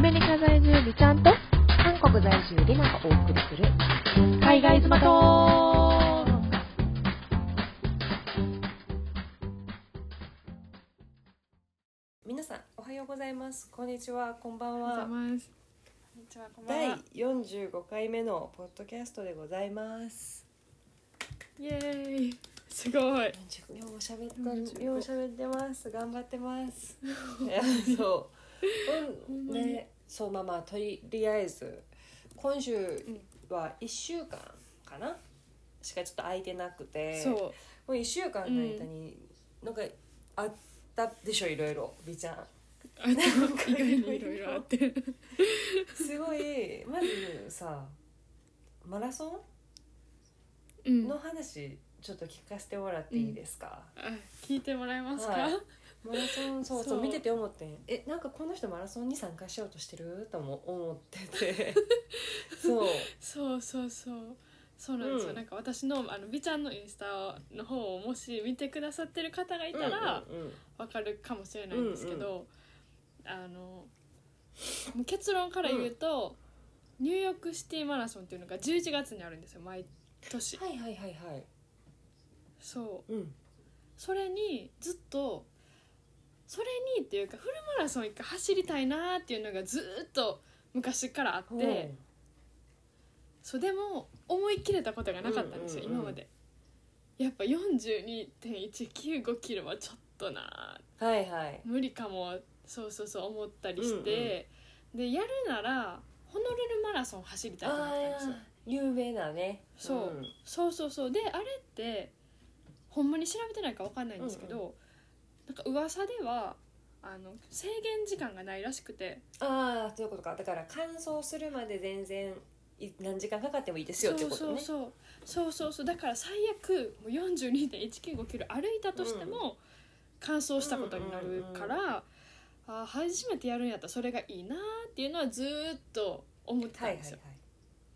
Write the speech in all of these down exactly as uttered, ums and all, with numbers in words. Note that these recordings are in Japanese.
メリカ在住美ちゃんと韓国在住リナがお送りする海外妻と皆さんおはようございます、こんにちは、こんばんは。 おはようございます。こんにちは、こんばんは。 だいよんじゅうごかいめのポッドキャストでございます。 イエーイ、すごい。 ようしゃべったようしゃべってます。頑張ってますいやそう、うんね、そうまあまあとりあえず今週はいっしゅうかんかなしかちょっと空いてなくて、 そうもういっしゅうかんの間になんかあったでしょ、いろいろ美ちゃん。 あ意外にいろいろあってすごい。まずさ、マラソンうんの話ちょっと聞かせてもらっていいですか？ あ聞いてもらえますか？ はい、マラソンそうそうそう見てて思ってん、えなんかこの人マラソンに参加しようとしてるとも思っててそうそうそうそうそうなんですよ、 うん、なんか私のあの美ちゃんのインスタの方をもし見てくださってる方がいたらうんうんうん、 わかるかもしれないんですけど、うんうん、あの結論から言うと、うん、ニューヨークシティマラソンっていうのがじゅういちがつにあるんですよ、毎年。 はいはいはいはい。 そう、 うん、 それにずっとそれにっていうかフルマラソン一回走りたいなっていうのがずっと昔からあって、そうでも思い切れたことがなかったんですよ、うんうんうん、今まで。やっぱ よんじゅうにてんいちきゅうごキロはちょっとな、 はいはい、 無理かも、そうそうそう思ったりして、うんうん、でやるならホノルルマラソン走りたいと思ったんですよ。 有名なね、 そう、うん、そうそうそう。であれってほんまに調べてないか分かんないんですけど、うんうん、なんか噂ではあの制限時間がないらしくて。 ああそういうことか。だから完走するまで全然何時間かかってもいいですよってことね。 そうそうそうそうそう。だから最悪もう よんじゅうにてんいちきゅうごキロ歩いたとしても完走したことになるから、うんうんうんうん、あ初めてやるんやったらそれがいいなっていうのはずっと思ってたんですよ、はいはいはい、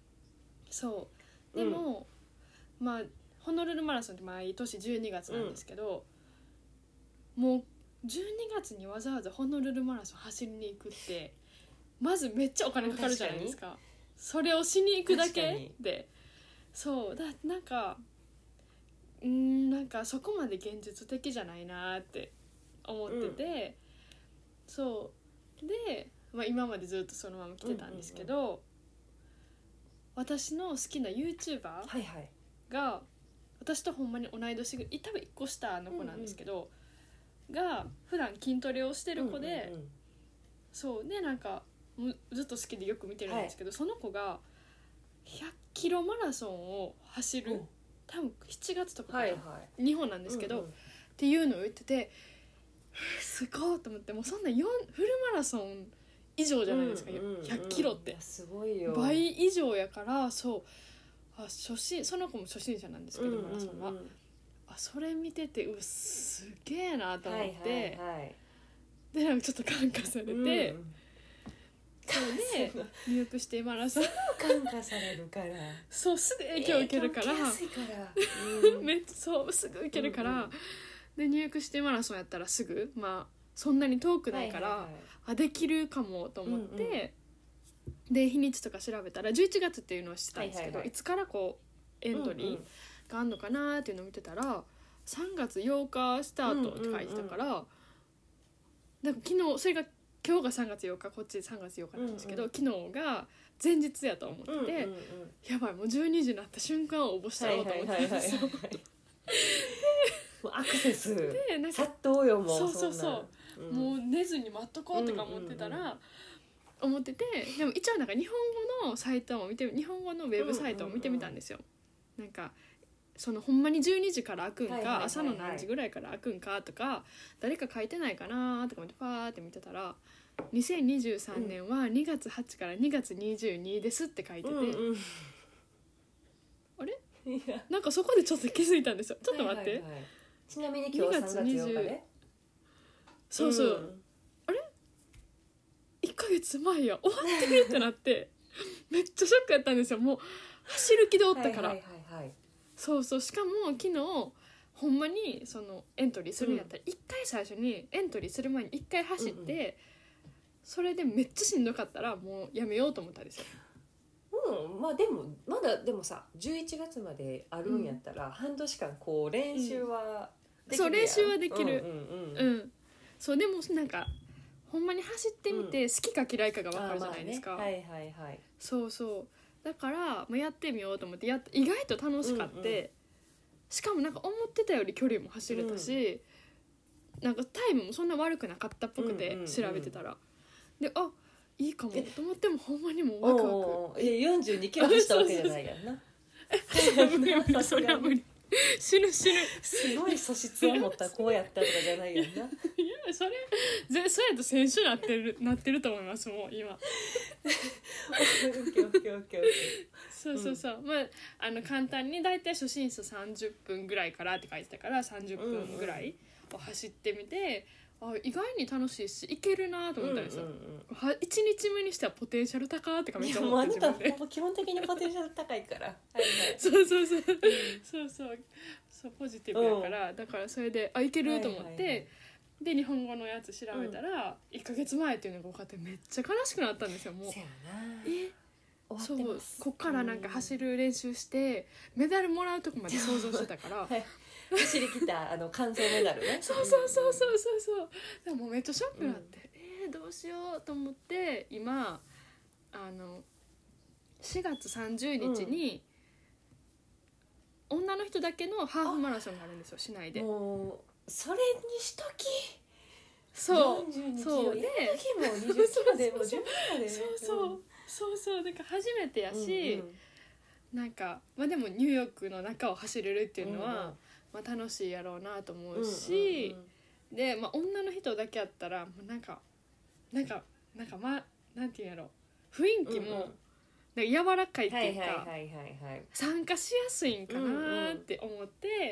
そうでも、うん、まあホノルルマラソンって毎年じゅうにがつなんですけど、うん、もうじゅうにがつにわざわざホノルルマラソン走りに行くってまずめっちゃお金かかるじゃないですか。それをしに行くだけで、そうだなんかうーんなんかそこまで現実的じゃないなって思ってて、うん、そうで、まあ、今までずっとそのまま来てたんですけど、うんうんうん、私の好きな YouTuber が、はいはい、私とほんまに同い年ぐらい、多分いっこ下の子なんですけど、うんうん、が普段筋トレをしてる子で、うんうんうん、そうでなんかずっと好きでよく見てるんですけど、はい、その子がひゃっキロマラソンを走る、うん、多分しちがつとかかな、はいはい、日本なんですけど、うんうん、っていうのを言っててすごいと思って、もうそんなフルマラソン以上じゃないですか、うんうんうん、ひゃっキロってすごいよ、 倍以上やから、そうあ初心その子も初心者なんですけど、うんうんうん、マラソンはあそれ見ててうすげえなと思って、はいはいはい、でなんかちょっと感化されて、うんそうで入学してマラソン感化されるからそうすぐ影響を受けるから、 影響受けやすいから、 うん、めっちゃそうすぐ受けるから、うんうん、で入学してマラソンやったらすぐまあそんなに遠くないから、はいはいはい、あできるかもと思って、うんうん、で日にちとか調べたらじゅういちがつっていうのを知ったんですけど、はいはいはい、いつからこうエントリーがあんのかなっていうのを見てたらさんがつようかスタートって書いてたから、うんうんうん、なんか昨日それが今日がさんがつようかこっちさんがつようかなんですけど、うんうん、昨日が前日やと思ってて、うんうんうん、やばいもうじゅうにじになった瞬間応募したろうと思ってたんですよ。 アクセス殺到よもうそうそうそう、うん、もう寝ずに待っとこうとか思ってたら、うんうんうん、思っててでも一応なんか日本語のサイトも見て日本語のウェブサイトを見てみたんですよ、うんうんうん、なんかそのほんまにじゅうにじから開くんか、はいはいはいはい、朝の何時ぐらいから開くんかとか誰か書いてないかなとか思ってパーって見てたらにせんにじゅうさんねんはにがつはちからにがつにじゅうにですって書いてて、うんうん、あれなんかそこでちょっと気づいたんですよ。ちょっと待って、はいはいはい、 ちなみに今日さんがつようかでそうそう、うん、あれいっかげつまえや終わってるってなってめっちゃショックやったんですよ。もう走る気でおったから、はいはいはいはい、そうそうしかも昨日ほんまにそのエントリーするんやったら一回最初にエントリーする前に一回走って、うんうん、 それでめっちゃしんどかったらもうやめようと思ったんですよ。 うん、まあでもまだでもさじゅういちがつまであるんやったら、うん、半年間こう練習はできるやん、 そう練習はできる、 うんうんうん、 うん、そうでもなんかほんまに走ってみて好きか嫌いかが分かるじゃないですか、 うんね、はいはいはい、 そうそうだから、まあ、やってみようと思ってやっ意外と楽しかって、うんうん、しかもなんか思ってたより距離も走れたし、うん、なんかタイムもそんな悪くなかったっぽくて、うんうんうん、調べてたらであいいかもと思ってもほんまにもうワクワクおうよんじゅうにキロ走ったわけじゃないやんな無理無理それは無理死ぬ死ぬすごい素質を持ったこうやったとかじゃないやんないやそれぜそうやと選手なってるなってると思いますもう今そうそうそう、うん、まああの簡単にだいたい初心者さんじゅっぷんぐらいからって書いてたからさんじゅっぷんぐらいを走ってみて、あ意外に楽しいしいけるなと思ったんですよ、うんうんうん、はいちにちめにしてはポテンシャル高ってかめっちゃ思って自分で。 いやもうあなた基本的にポテンシャル高いからはいはいそうそうそう、うん、そうそうそうポジティブやから、うん、だからそれであいけると思って、はいはいはい、で日本語のやつ調べたら、うん、いっかげつまえっていうのが分かってめっちゃ悲しくなったんですよもう。 そうやなえそうこっからなんか走る練習して、うん、メダルもらうとこまで想像してたから、 はい走り切ったあの完走メダルねそうそうそうそうそうそうでもめっちゃショックになって、うん、えー、どうしようと思って今あのしがつさんじゅうにちに、うん、女の人だけのハーフマラソンがあるんですよ市内で。 もうそれにしときそうよんじゅうにキロそうでもにじゅっキロでもうじゅっぷんまでそうそう、うん、そうそうだから初めてやし、 うんうん、なんかまあでもニューヨークの中を走れるっていうのは、うんうんまあ、楽しいやろうなと思うし、うんうんうん、で、まあ、女の人だけやったらもうなんかなんかなんかまなんていうんやろ雰囲気もなんか柔らかいっていうか参加しやすいんかなって思って、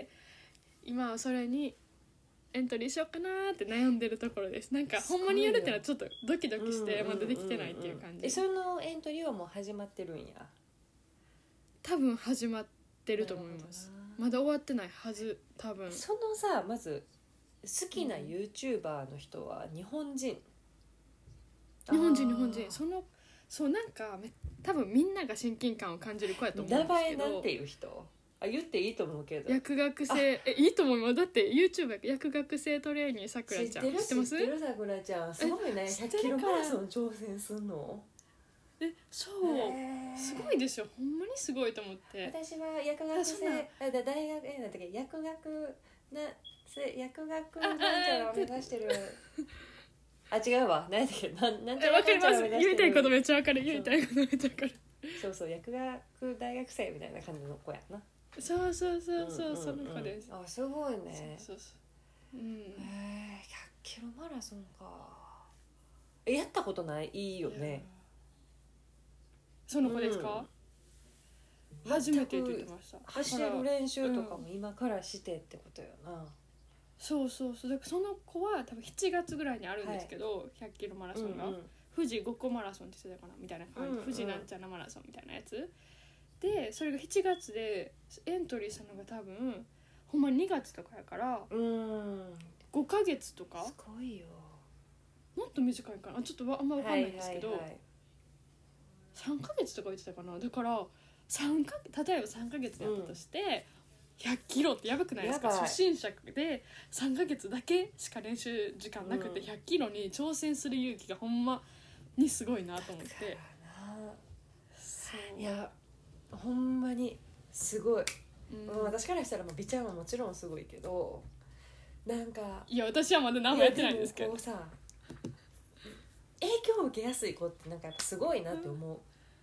うんうん、今はそれにエントリーしようかなって悩んでるところです。なんかほんまにやるってのはちょっとドキドキしてまだできてないっていう感じ、うんうんうんうん、 えそのエントリーはもう始まってるんや。 多分始まってると思います。まだ終わってないはず多分。 そのさまず好きな YouTuber の人は日本人、 うん、日本人日本人そのそうなんか多分みんなが親近感を感じる子やと思うんですけど。 名前なんていう人あ言っていいと思うけど薬学生えいいと思います。だって YouTuber 薬学生トレーニーさくらちゃん知ってます？ 知ってるさくらちゃんすごいねひゃっキロマラソン挑戦すんのえそうすごいですよほんまにすごいと思って。 私は薬学生あだ大学えなんだっけ薬学な薬学なんちゃらを目指してるあ違うわ何だっけななんちゃらなんちゃらを目指してる。言いたいことめっちゃわかる言いたいことめっちゃわかる。 そうそう薬学大学生みたいな感じの子やな。 そうそうそうそう、うんうんうん、その子です。 あすごいね。 そうそうそう、うん、 えー、ひゃっキロマラソンかえやったことないいいよね。 その子ですか、うん、初めてって言ってました。 走る練習とかも今からしてってことよな、うん、 そうそうそうだからその子は多分しちがつぐらいにあるんですけど、はい、ひゃっキロマラソンが、うんうん、富士ごこマラソンって言ってたかなみたいな感じ、うんうん、富士なんちゃらマラソンみたいなやつでそれがしちがつでエントリーしたのが多分ほんまにがつとかやからうんごかげつとかすごいよ。 もっと短いかなちょっとあんま分かんないんですけど、はいはいはい、さんかげつとか言ってたかな。だからさんか例えばさんかげつやったとして、うん、ひゃっキロってやばくないですか。初心者でさんかげつだけしか練習時間なくて、うん、ひゃっキロに挑戦する勇気がほんまにすごいなと思って。 そういやほんまにすごい、うん、私からしたらもう美ちゃんはもちろんすごいけどなんかいや私はまだ何もやってないんですけどこうさ影響を受けやすい子ってなんかやっぱすごいなって思う、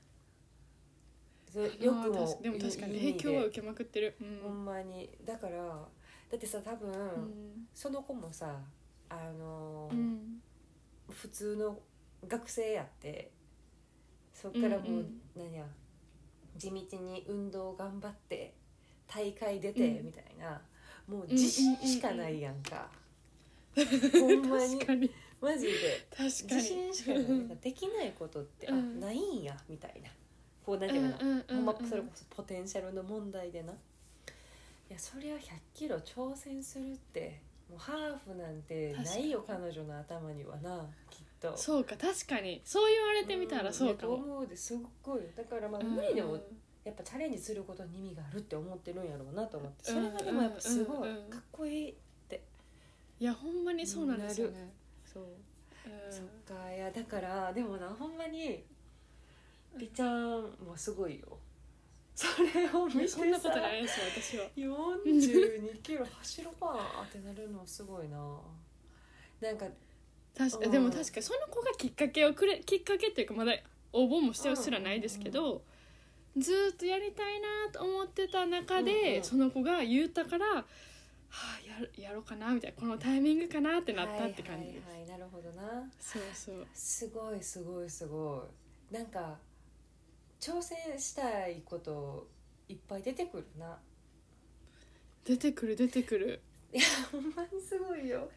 うん、よくもでも確かに影響は受けまくってる、 うん、ほんまにだからだってさ多分、うん、その子もさあのーうん、普通の学生やってそっからもう、うんうん、何や地道に運動頑張って大会出てみたいな、うん、もう自信しかないやんか、うんうんうん、ほんまに確かにマジで確かに自信しかない、なんかできないことって、うん、あないんやみたいなこうなんていうの、うんうんうんうん、ほんまそれこそポテンシャルの問題でないやそりゃひゃっキロ挑戦するってもうハーフなんてないよ彼女の頭にはなきっととそうか確かにそう言われてみたらそうかも、 うん、と思うですっごいだからまあ無理でもやっぱチャレンジすることに意味があるって思ってるんやろうなと思ってそれがでもやっぱすごいかっこいいって、 いやほんまにそうなんですよねそう、 うん、 そっかいやだからでもなほんまにりちゃんもすごいよそれを見てさそんなことないですよ私はよんじゅうにキロ走ろうかってなるのすごいななんか確か、 うん、 でも確かその子がきっかけをくれきっかけっていうかまだ応募もしてるすらないですけど、うんうんうん、ずっとやりたいなと思ってた中で、うんうん、その子が言ったからはあ、や, やろうかなみたいなこのタイミングかなってなったって感じです、 はいはいはい、なるほどなそうそうすごいすごいすごいなんか挑戦したいこといっぱい出てくるな出てくる出てくるいやほんまにすごいよ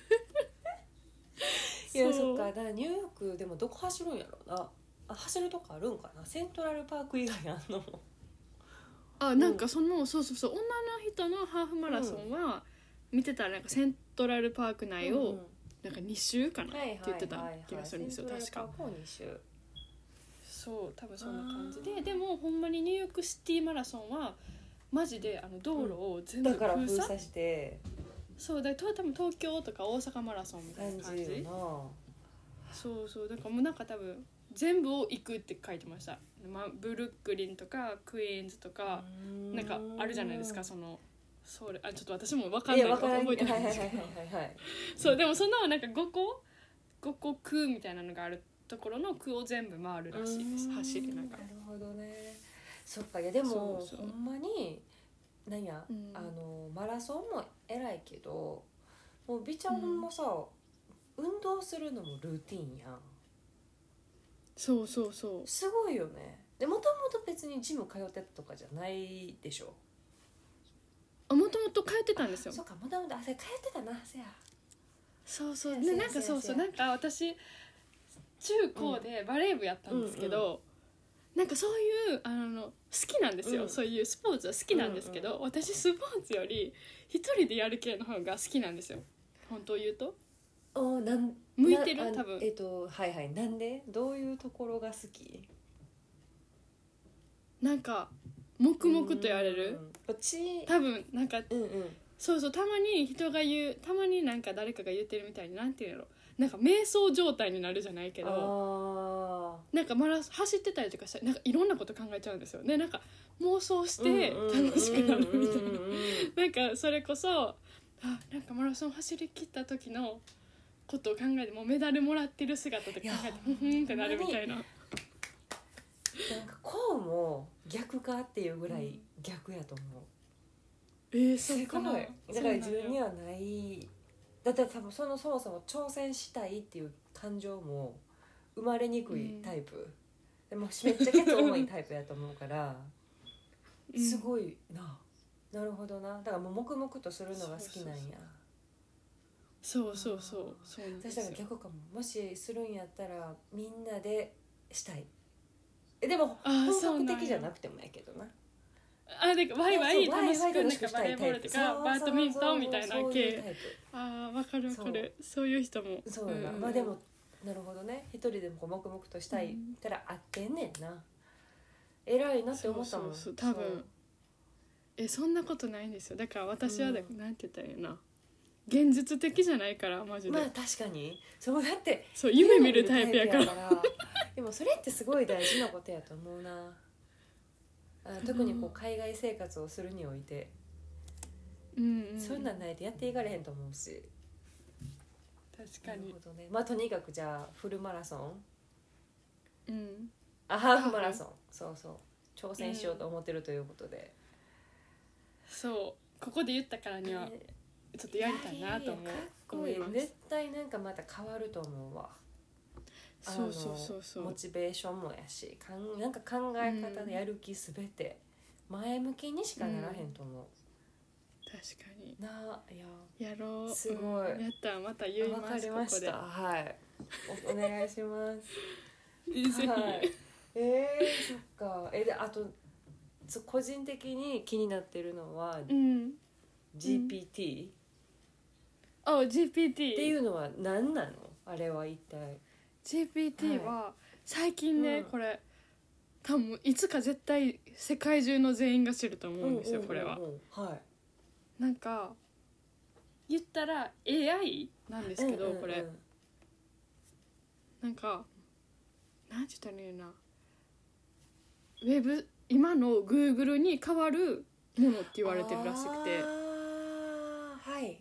いやそっかだからニューヨークでもどこ走るんやろうなあ走るとこあるんかなセントラルパーク以外あんのもあなんかその、うん、そうそうそう女の人のハーフマラソンは、うん、見てたらなんかセントラルパーク内を、うん、なんかに周かな、はいはいはいはい、って言ってた気がするんですよ確かセントラルパークをに周そう多分そんな感じででもほんまにニューヨークシティマラソンはマジであの道路を全部封鎖、 うん、だから封鎖してそうだから多分東京とか大阪マラソンみたいな感じ感じなそうそうだからもうなんか多分全部を行くって書いてました、まあ、ブルックリンとかクイーンズとかなんかあるじゃないですかそのそれあちょっと私も分かんないから覚えてないんですけどそうでもそのなんかごこごこ区みたいなのがあるところの区を全部回るらしいです走りなんかなるほどねそっかいやでもそうそうほんまに何や、うん、あのマラソンも偉いけどもう美ちゃんもさ、うん、運動するのもルーティンやんそうそうそうすごいよねでもともと別にジム通ってたとかじゃないでしょあもともと通ってたんですよそうかもともとあそれ通ってたなせやそうそうでなんかそうそうなんか私中高でバレー部やったんですけど、うんうん、なんかそういうあの好きなんですよ、うん、そういうスポーツは好きなんですけど、うんうん、私スポーツより一人でやる系の方が好きなんですよ本当言うとおなん向いてる多分えっとはいはいなんでどういうところが好きなんか黙々とやれるこっち多分なんか、 うんうん、 そうそうたまに人が言うたまになんか誰かが言ってるみたいになんていうのなんか瞑想状態になるじゃないけどなんかマラ走ってたりとかしたらなんかいろんなこと考えちゃうんですよねなんか妄想して楽しくなるみたいななんかそれこそあなんかマラソン走り切った時のことを考えてもうメダルもらってる姿とか考えてふふんってなるみたいななんかこうも逆かっていうぐらい逆やと思う、 うん、えー、そうかなだから自分にはないだって多分そのそもそも挑戦したいっていう感情も生まれにくいタイプ、うん、でもめっちゃケツ重いタイプやと思うからすごいな、うん、なるほどなだからもう黙々とするのが好きなんやそうそうそうそうなんですよそしたら逆かももしするんやったらみんなでしたいえでも本格的じゃなくてもやけどなあでワイワイ楽しくなんかバレーボールとかバドミントンみたいな系あ分かる分かるそういう人もそうだな、うん、まあでもなるほどね一人でもこう黙々としたいったら合ってんねんな偉いなって思ったもんそうそうそう多分えそんなことないんですよだから私はだ、うん、なんて言ったらいいな現実的じゃないからマジでまあ確かにそうだってそう夢見るタイプやからでもそれってすごい大事なことやと思うなあ特にこう海外生活をするにおいて、 うんうん、 そういうのないとやっていかれへんと思うし確かになるほどねまあとにかくじゃあフルマラソン、うん、 あハーフマラソンそうそう挑戦しようと思ってるということで、 うん、そうここで言ったからには、えー、ちょっとやりたいなと思うかっこいい絶対なんかまた変わると思うわそうそうそうそうモチベーションもやしかんなんか考え方でやる気すべて前向きにしかならへんと思う、うん、 確かにないややろうすごい、 うん、やったらまた言いますわかりましたはいお, お願いしますぜひ、 はい、えー、そっかえであと個人的に気になってるのは、うん、ジーピーティー、 うん、あ ジーピーティーっていうのは何なのあれは一体ジーピーティー は最近ね、 うんこれ多分いつか絶対世界中の全員が知ると思うんですよ、これは。 うんうんうんはいなんか言ったら エーアイ なんですけど、 うんうんうんこれなんかなんて言ったらいいのな、ウェブ今の Google に代わるものって言われてるらしくて、 あーはい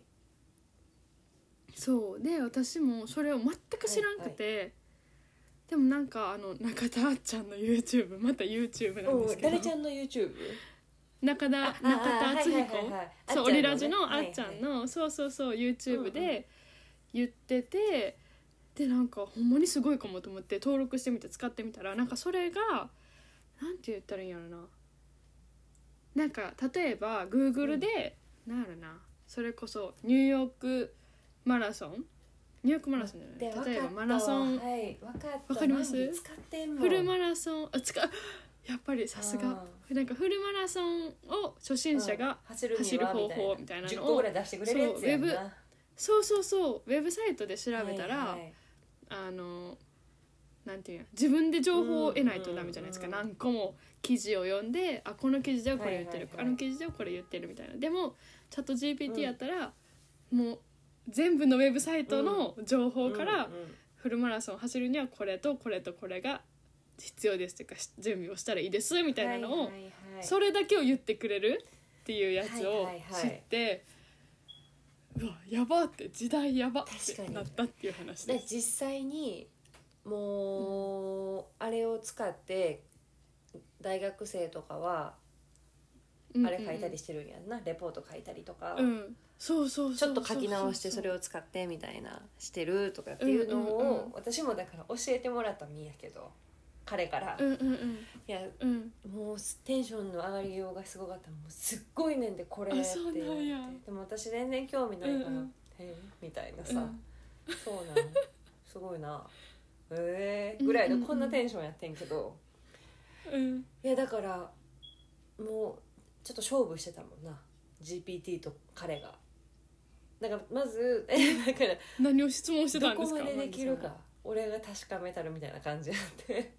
そうで私もそれを全く知らんくて、でもなんかあの中田あっちゃんの YouTube また YouTube なんですけど、 誰ちゃんの YouTube？ 中田あ中田敦彦、 はいはいはいはいそうオリラジのあっちゃんの、 はいはいそうそうそう YouTube うんうんで言ってて、でなんかほんまにすごいかもと思って登録してみて使ってみたら、なんかそれがなんて言ったらいいんやろな、なんか例えば Google で、うん、なんやろな、それこそニューヨークマラソンニューヨークマラソンじゃない、例えばマラソン、 はい、わかったわかります前に使ってんもんフルマラソンあ使うやっぱりさすがなんかフルマラソンを初心者が走る方法みたいなのをじゅっこぐらい出してくれるやつやんな。 そうそうそうウェブサイトで調べたら、 はいはいあのなんていうの自分で情報を得ないとダメじゃないですか、 うんうんうん何個も記事を読んで、あこの記事ではこれ言ってる、 はいはいはいあの記事ではこれ言ってるみたいな。でもチャット ジーピーティー やったら、もう全部のウェブサイトの情報から、 うんうんフルマラソンを走るにはこれとこれとこれが必要ですというか準備をしたらいいですみたいなのを、 はいはいはいそれだけを言ってくれるっていうやつを知って、うわやばって時代やばってなったっていう話でです。 実際にもう、あれを使って大学生とかはあれ書いたりしてるんやんな、レポート書いたりとか、 うん、そうそうそうちょっと書き直してそれを使ってみたいなしてるとかっていうのうんうんうんを私もだから教えてもらった身やけど彼から、 うんうんうんいやうんもうテンションの上がりようがすごかった、もうすっごいねんでこれってあそう言われて、 なんやでも私全然興味ないから、 うんうんへえみたいなさ、 うんそうなんすごいなえー、ぐらいのこんなテンションやってんけど、 うんいやだからもうちょっと勝負してたもんな ジーピーティー と彼が。だからまずえだから何を質問してたどんですか。 こまでできるか俺が確かめたるみたいな感じになってで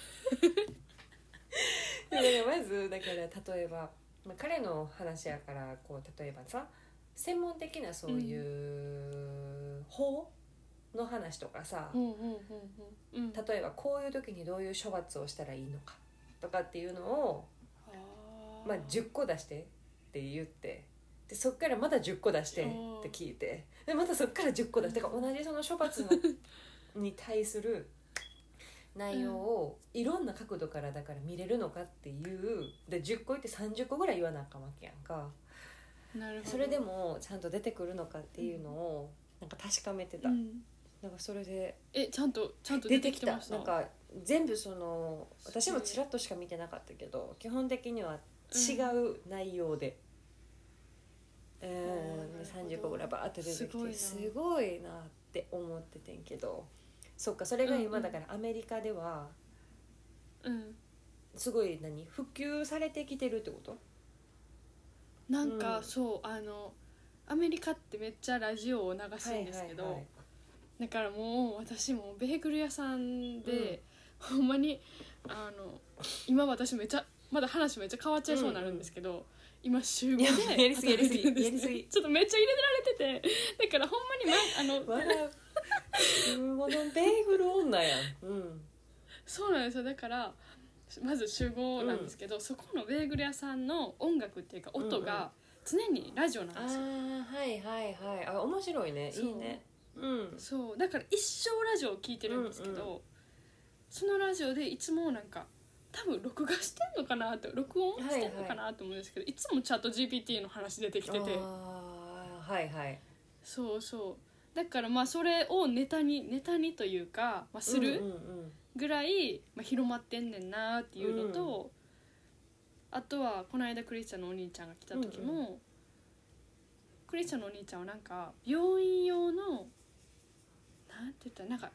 だからまずだから例えば、まあ、彼の話やからこう例えばさ専門的なそういう法の話とかさ、 うんうんうんうんうん例えばこういう時にどういう処罰をしたらいいのかとかっていうのを、 あーまあ、じゅっこ出してって言ってでそっからまたじゅっこ出してって聞いてでまたそっからじゅっこ出して同じその処罰のに対する内容をいろんな角度からだから見れるのかっていうでじゅっこ言ってさんじゅっこぐらい言わなあかんわけやんか。 なるほど。 それでもちゃんと出てくるのかっていうのをなんか確かめてた、 うんなんかそれでえちゃんとちゃんと出出てきたてきてました。 なんか全部その私もちらっとしか見てなかったけど基本的には違う内容で、うんうんでさんじゅっこぐらいバーって出てきてすすごいなって思っててんけど、そっかそれが今だからアメリカではうんすごい何普及されてきてるってこと？ なんか、 うんそうあのアメリカってめっちゃラジオを流すんですけど、 はいはいはいだからもう私もベーグル屋さんで、ほんまにあの今私めっちゃまだ話めっちゃ変わっちゃいそうになるんですけど、今週ごでいややりすぎやりすぎ働いてるんですやりすぎちょっとめっちゃ入れられてて、だからほんまに前あの笑うすごいベーグル女やん、うん、 そうなんですよ。だからまず集合なんですけど、うん、そこのベーグル屋さんの音楽っていうか音が常にラジオなんですよ、 ああはいはいはいあ面白いねいいねうんそうだから一生ラジオを聴いてるんですけど、うんうん、そのラジオでいつもなんか多分録画してんのかなって録音してんのかなと思うんですけど、はいはい、いつもチャット ジーピーティー の話出てきてて、 あはいはいそうそうだからまあそれをネタにネタにというか、まあ、するぐらい、まあ、広まってんねんなっていうのと、うん、あとはこの間クリスチャンのお兄ちゃんが来た時も、うんうん、クリスチャンのお兄ちゃんはなんか病院用のなんて言ったらなんか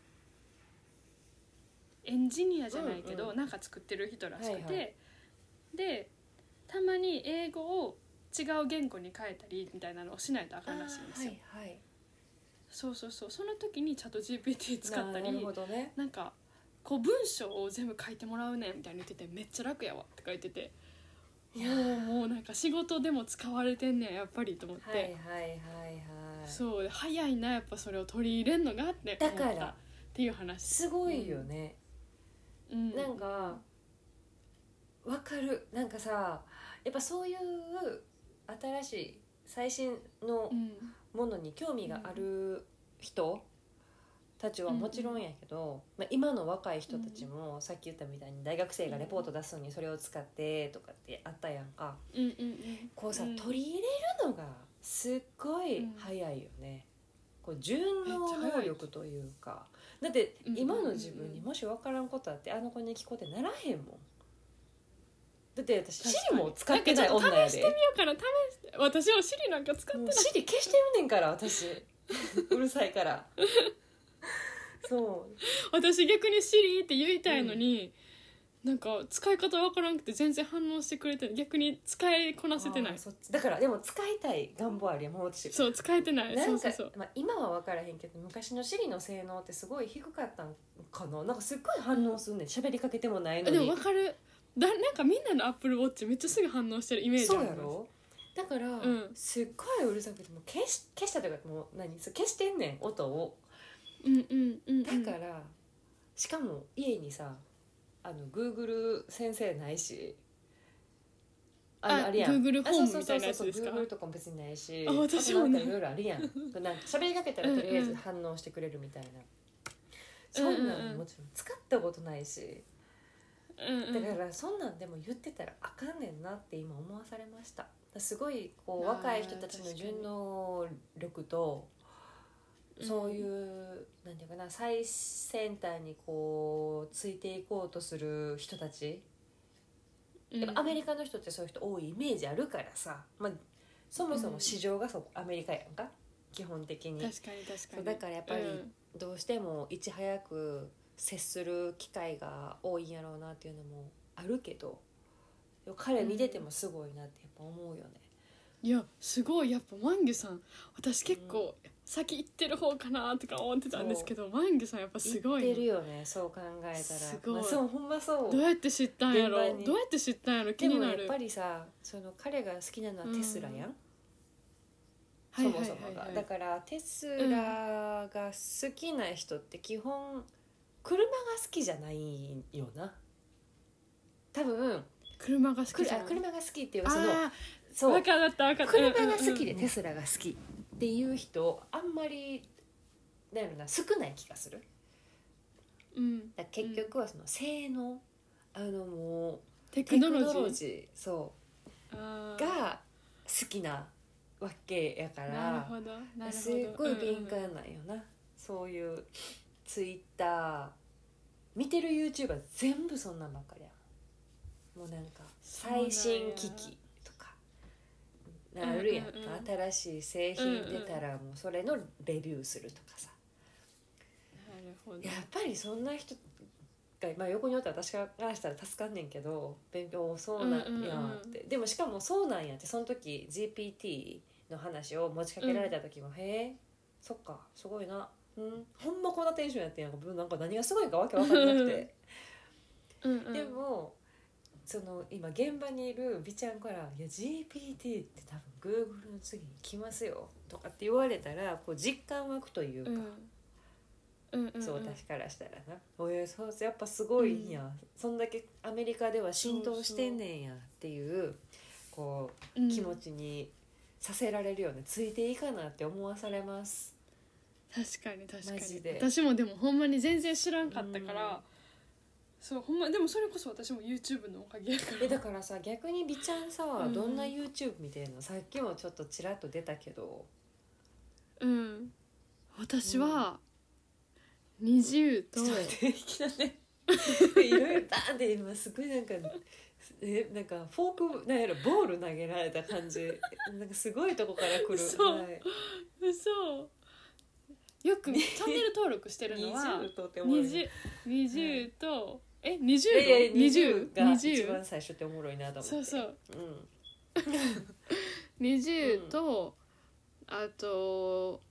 エンジニアじゃないけど、うんうん、なんか作ってる人らしくて、はいはい、でたまに英語を違う言語に変えたりみたいなのをしないとあかんらしいんですよ。 はいはい、 そうそうそうその時にチャット ジーピーティー 使ったりなるほどね。 なんかこう文章を全部書いてもらうねんみたいに言っててめっちゃ楽やわって書いててもうもうなんか仕事でも使われてんねんやっぱりと思って、 はいはいはいはい。 そうで早いなやっぱそれを取り入れんのがって思ったっていう話すごいよね、 うん、 なんかわかる。なんかさやっぱそういう新しい最新のものに興味がある人たちはもちろんやけど、まあ、今の若い人たちもさっき言ったみたいに大学生がレポート出すのにそれを使ってとかってあったやんか、 うんうんうん、 こうさ取り入れるのがすっごい早いよね、こう順応能力というか。だって今の自分にもし分からんことあってあの子に聞こうってならへんもん。だって私シリも使ってない女やで。 試してみようかな。試して私はシリなんか使ってない。 シリ消してるねんから私うるさいからそう私逆にシリって言いたいのに、うん、なんか使い方わからんくて全然反応してくれて逆に使いこなせてない。 そっちだからでも使いたい願望あるやんもう私。 そう使えてない。 なんかそうそうそう、 まあ、今は分からへんけど昔のシリの性能ってすごい低かったんかな。なんかすっごい反応すんねん喋りかけてもないのに。 でも分かるだなんかみんなのアップルウォッチめっちゃすぐ反応してるイメージあそうります。 やろ。だから、うん、すっごいうるさくても消し消したというかもう何そう消してんねん音を、 うんうんうんうん、 だからしかも家にさあの Google 先生ないしあのあれやん Google ホームみたいなやつですか。 Google とかも別にないしあ私もねいろいろあるやんなんか喋りかけたらとりあえず反応してくれるみたいな、うんうん、そんなんもちろん使ったことないし、うんうん、だからそんなんでも言ってたらあかんねんなって今思わされました。すごいこう若い人たちの順応力とそういう、うん、なんていうかな最先端にこうついていこうとする人たち、やっぱアメリカの人ってそういう人多いイメージあるからさ、まあ、そもそも市場がそこ、うん、アメリカやんか基本的に。 確かに確かに。 だからやっぱりどうしてもいち早く接する機会が多いんやろうなっていうのもあるけど、でも彼見ててもすごいなってやっぱ思うよね、 うん、いやすごいやっぱマンギュさん私結構、うん先行ってる方かなとか思ってたんですけどマンギュさんやっぱすごい行ってるよねそう考えたら。すごい、まあ、そうほんまそう。 どうやって知ったんやろどうやって知ったんやろ気になる。 でもやっぱりさその彼が好きなのはテスラやん、うん、そもそもが、だからテスラが好きな人って基本車が好きじゃないよな多分。 車が好きじゃない。 車が好きっていうかそのそう分かった分かった。 車が好きでテスラが好きっていう人あんまりなんやろな少ない気がする、うん、だ結局はその性能、あのもうテクノロジー、 テクノロジーそうが好きなわけやから。 なるほどなるほど。 すっごい敏感なんよな、うんうん、そういうツイッター見てる YouTuber 全部そんなんばっかりやん。もうなんか最新機器あるやん、うんうんうん、新しい製品出たらもうそれのレビューするとかさ、 なるほど。 やっぱりそんな人が、まあ、横におったら私からしたら助かんねんけど勉強そうなんやって、うんうんうん、でもしかもそうなんやってその時 ジーピーティー の話を持ちかけられた時も、うん、へえそっかすごいな、うん、ほんまこんなテンションやってんやんか。なんか何がすごいかわけわかんなくてうん、うん、でもその今現場にいる美ちゃんから「いや ジーピーティー って多分 Google の次に来ますよ」とかって言われたらこう実感湧くというか、うんうんうんうん、そう私からしたらな「おいそうやっぱすごいんや、うん、そんだけアメリカでは浸透してんねんや」っていうこう、うん、気持ちにさせられるよね。ついていかなって思わされます。 確かに確かに。私もでもほんまに全然知らんかったから、うんそうほんまでもそれこそ私も YouTube のおかげやから。 えだからさ逆に美ちゃんさ、うん、どんな YouTube 見てんの？さっきもちょっとちらっと出たけど。 うん私はにじゅうと、うん、 いきなりいろいろバーンって今すごいなんかえなんかフォークなんやろボール投げられた感じなんかすごいとこから来る。 そう、はい、嘘よくチャンネル登録してるのはにじゅうとってにじゅう、にじゅうと、えにじゅうにじゅうが一番最初っておもろいなと思って。 そうそう、うん、にじゅうと、うん、あと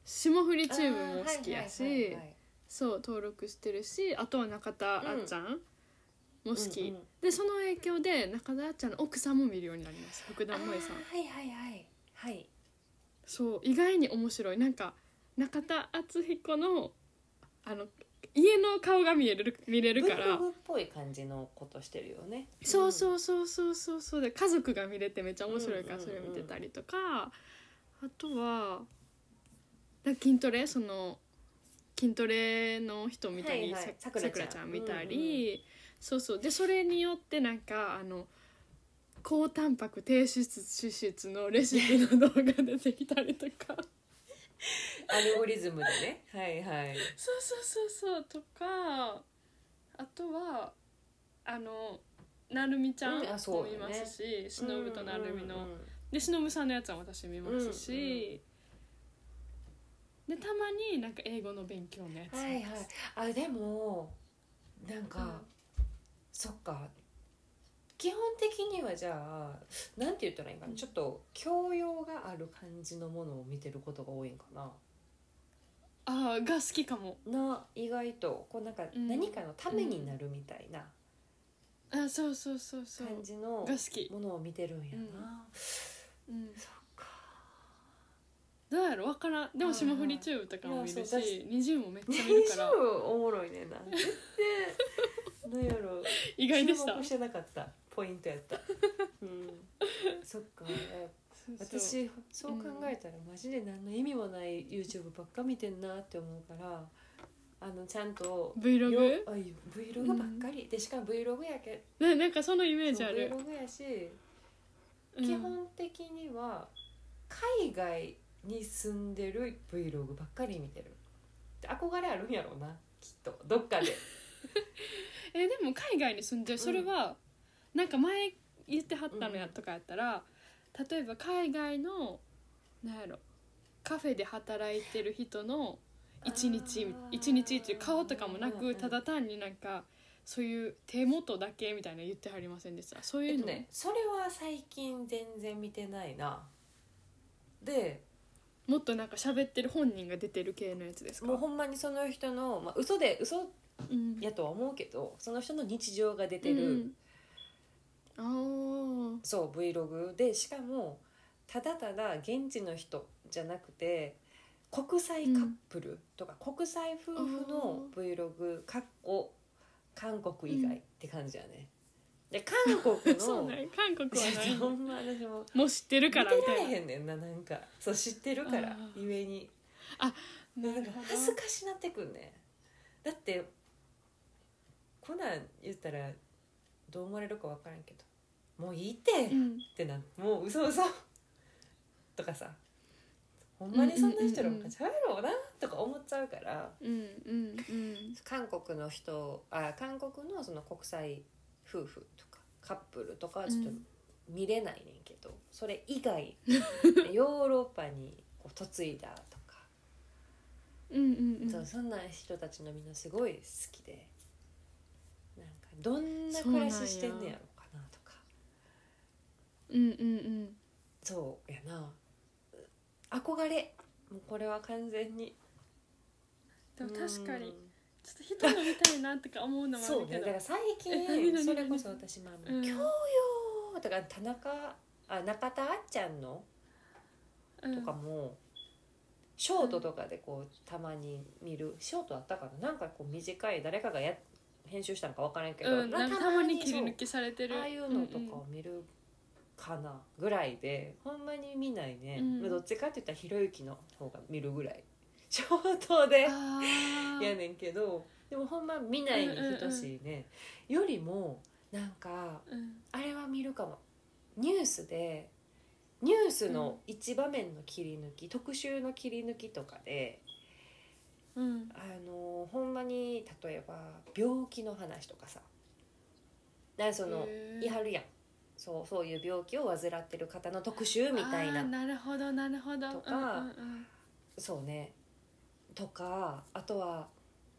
霜降りチューブも好きやあーはいはいはいしはいそう登録してるし、あとは中田あっちゃんも好き、 うんうんでその影響で中田あっちゃんの奥さんも見るようになります、福田萌さん。 あーはいはいはいはいそう意外に面白い。なんか中田敦彦のあの家の顔が見える見れるか Vlog ら、 っぽい感じのことしてるよね。 そうそうそうそうそうそうで家族が見れてめっちゃ面白いからうんうんうんそれ見てたりとか、あとはだ筋トレその筋トレの人見たり、 はいはいささくらちゃんさくらちゃん見たり、そうそうでそれによってなんかあの高タンパク低脂質のレシピの動画出てきたりとかアルゴリズムでねはいはいそうそうそうそうとか、あとはあのなるみちゃんうんあそうもよねいますし、しのぶとなるみの、 うんうんうんでしのぶさんのやつは私見ますし、でたまになんか英語の勉強のやつはいはいあでもなんか、 うんそっか基本的にはじゃあなんて言ったらいいんかな、ちょっと教養がある感じのものを見てることが多いんかなあーが好きかも。 な意外とこうなんかうん何かのためになるみたいなあそうそうそうそう感じのが好き、 ものを見てるんやな、 うん、 そっかどうやろ分からん。でもはいはい霜降りチューブとかも見るいやそうしにじゅうもめっちゃ見るからおもろいねんな全然なんやろ意外でした。 注目してなかったポイントやったうんそっかそうそう私そう考えたらマジで何の意味もない YouTube ばっか見てんなって思うからあのちゃんと Vlog？ よあ Vlog ばっかり、でしかも Vlog やけねなんかそのイメージそうある。 Vlog やし、 うん基本的には海外に住んでる Vlog ばっかり見てるで憧れあるんやろうなきっとどっかでえでも海外に住んでるそれは、なんか前言ってはったのやとかやったら、例えば海外のなんやろカフェで働いてる人の一日あー一日っていう顔とかもなうんうんく、ただ単になんかそういう手元だけみたいな言ってはりませんでした？そういうの、 えっとねそれは最近全然見てないなでもっとなんか喋ってる本人が出てる系のやつですか？ もうほんまにその人の、まあ、嘘で嘘うんやとは思うけどその人の日常が出てる、 うんあーそう Vlog でしかもただただ現地の人じゃなくて国際カップルとか、国際夫婦の Vlog かっこ韓国以外って感じやね、で韓国のそうね韓国はないほんま私ももう知ってる見てからみたいな。 られへんねんななんかそう知ってるからあーゆえにあななんかるほど恥ずかしなってくんねんだってこんなん言ったらどう思われるか分からんけどもういいって、っうんてなもう嘘嘘とかさほんまにそんな人らもちゃうやろうなとか思っちゃうからうんうんうん韓国の人あ韓国のその国際夫婦とかカップルとかはちょっと見れないねんけど、それ以外ヨーロッパにこう嫁いだとか、 うんうんうんそうそんな人たちのみんなすごい好きでなんかどんな暮らししてんねやろうかなとかうんうんうんそうやな憧れもうこれは完全にでも確かにうんちょっと人の見たいなとか思うのもあそうるけど、 ねだから最え何々 近それこそ私まあうん教養とか田中あ中田あっちゃんのうんとかも、ショートとかでこうたまに見るショートあったかななんかこう短い誰かがや編集したのか分からんけど、 うん、なんかたまに切り抜そうきされてるああいうのとかを見るかなぐらいで、ほんまに見ないね、 うんどっちかって言ったらひろゆきの方が見るぐらいショートであーやねんけどでもほんま見ないに等しいね、よりもなんかうんあれは見るかもニュースでニュースの一場面の切り抜き、特集の切り抜きとかでうんあのほんまに例えば病気の話とかさだからそのへーいはるやんそうそういう病気を患ってる方の特集みたいなあーなるほどなるほどとかうんうんそうねとかあとは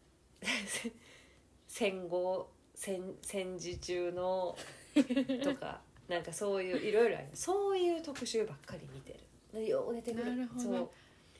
戦後戦戦時中のとかなんかそういういろいろあるそういう特集ばっかり見てるよう出てくるなるほどそう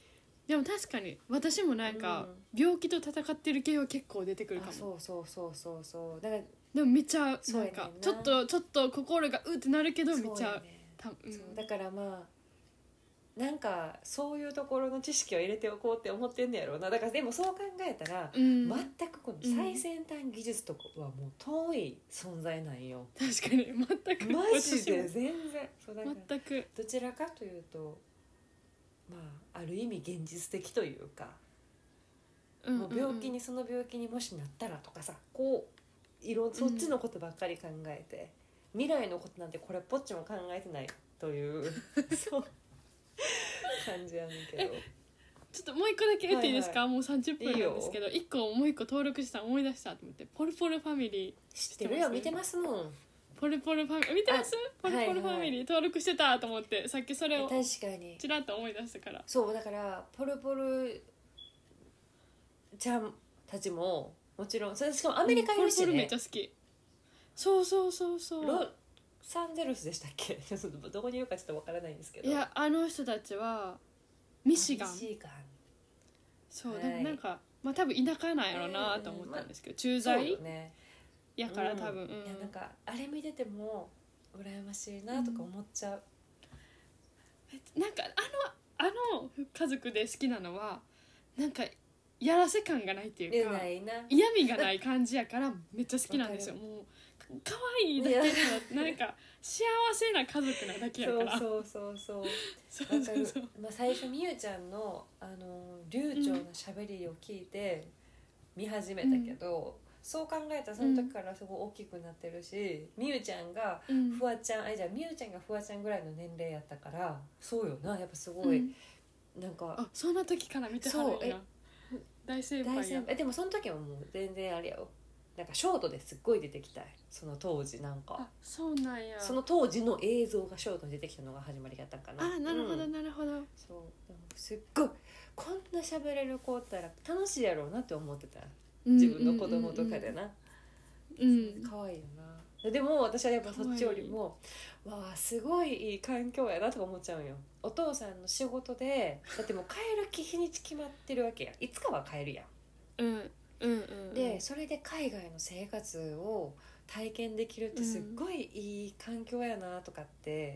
でも確かに私もなんか、病気と戦ってる系は結構出てくるかも。 そうそうそうそうそうだからでもめっちゃなんそうやねんなかちょっとちょっと心がうってなるけどめっちゃ、 そうやねた、うん、 そうだからまあなんかそういうところの知識を入れておこうって思ってんねやろうな。だからでもそう考えたら、 うん、 全くこの最先端技術とかはもう遠い存在なんよ。 確かに全くマジで全然そうだから全くどちらかというとまあある意味現実的というか、 うんうんうん、 もう病気にその病気にもしなったらとかさ、こういろそっちのことばっかり考えて、うん、未来のことなんてこれっぽっちも考えてないというそう感じやねんけど。 ちょっともう一個だけ言っていいですか、はいはい、もうさんじゅっぷんなんですけど、いっこもう一個登録した思い出したと思って、ポルポルファミリー知ってるよ、見てますもん。 ポルポルファミリー見てます？ポルポルファミリー、はいはい、登録してたと思ってさっきそれを確かにちらっと思い出したから。 そうだからポルポルちゃんたちももちろんそれしかもアメリカいるしね、 うん、ポルポルめっちゃ好き。そうそうそうそう。 ロサンゼルスでしたっけどこにいるかちょっとわからないんですけど。 いやあの人たちはミシガン。ミシガンそう、はい、でもなんかまあ多分田舎なんやろうなと思ったんですけど、駐在、そうよね、やから多分、うんうん、いやなんかあれ見てても羨ましいなとか思っちゃう、 うん、なんかあのあの家族で好きなのはなんかやらせ感がないっていうかないな嫌味がない感じやからめっちゃ好きなんですよ。もう可愛いだけのなんか幸せな家族なだけやからそうそうそうそうそうそう、まあ、最初みゆちゃんのあの流暢な喋りを聞いて見始めたけど、うん、そう考えたらその時からすごい大きくなってるし、うん、みゆちゃんがフワちゃん、うん、あじゃあみゆちゃんがフワちゃんぐらいの年齢やったからそうよなやっぱすごい、うん、なんかあそんな時から見てはるんや大先輩や。大先輩でもその時はもう全然あれやよ、なんかショートですっごい出てきたいその当時なんかあそうなんやその当時の映像がショートに出てきたのが始まりだったかな。 あなるほど、うん、なるほど。 そうすっごいこんな喋れる子おったら楽しいやろうなって思ってた自分の子供とかでな、うん、うん、可愛いよな。でも私はやっぱそっちよりもわあすごいいい環境やなとか思っちゃうんよ。お父さんの仕事でだってもう帰る気日にち決まってるわけや、いつかは帰るやん、 うんうんうんうん、 でそれで海外の生活を体験できるってすっごいいい環境やなとかって、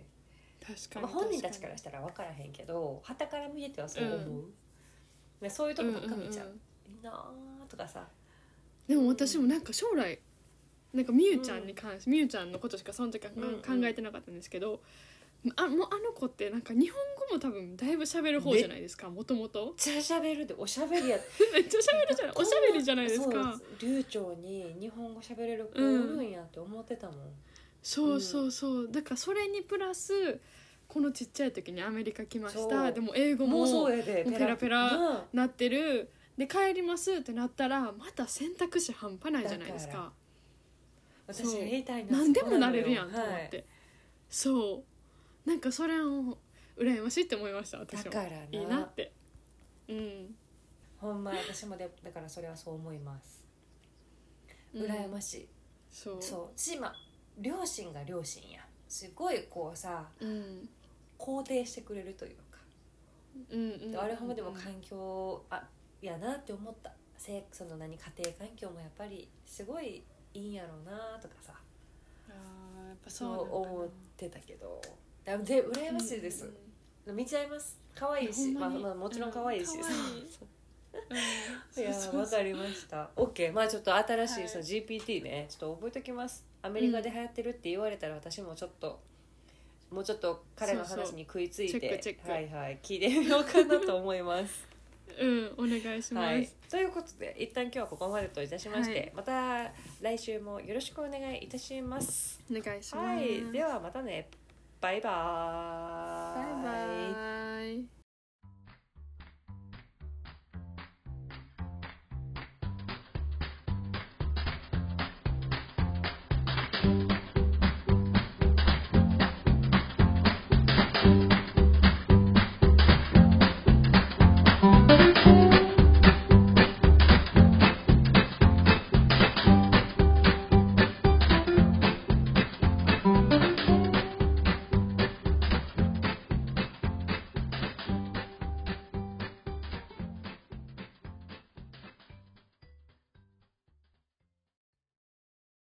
うん、確かに、 まあ、本人たちからしたら分からへんけど傍から見えてはそう思う、うん、そういうとこばっか見ちゃう、うんうんうん、いいなとかさ。 でも私もなんか将来なんかみゆちゃんに関して、みゆちゃんのことしかその時は考えてなかったんですけど、あもうあの子ってなんか日本語も多分だいぶ喋る方じゃないですか、もともと。 めっちゃ喋るでおしゃべりやめっちゃ喋るじゃないおしゃべりじゃないですか。 流暢に日本語喋れる子おるんやって思ってたもん、うん、 そうそうそうだからそれにプラスこのちっちゃい時にアメリカ来ました、でも英語ももうそうやでペラペラなってる、で帰りますってなったらまた選択肢半端ないじゃないですか。 私やりたいな、 何でもなれるやんと思って、はい、そうなんかそれを羨ましいって思いました私は。 だからないいなって、うん、 ほんま私もでだからそれはそう思います。羨ましい、うん、そうそうし、まあ、両親が両親やすごいこうさ、うん、肯定してくれるというか、うんうんうん、あれほんまでも環境あやなって思った。その何家庭環境もやっぱりすごいいいんやろうなとかさ、 あやっぱそう思ってたけどで羨ましいです、うん、見ちゃいます。可愛いし、まあ、まあもちろん可愛いし、うん、いやわかりました。 OK、 まあちょっと新しいその ジーピーティー ねちょっと覚えときます。アメリカで流行ってるって言われたら私もちょっと、うん、もうちょっと彼の話に食いついてそうそうチェックチェック、 はいはい、聞いてみようかなと思いますうんお願いします、はい、 ということで一旦今日はここまでといたしまして、はい、また来週もよろしくお願いいたします。 お願いします、 はい、ではまたね、バイバーイ。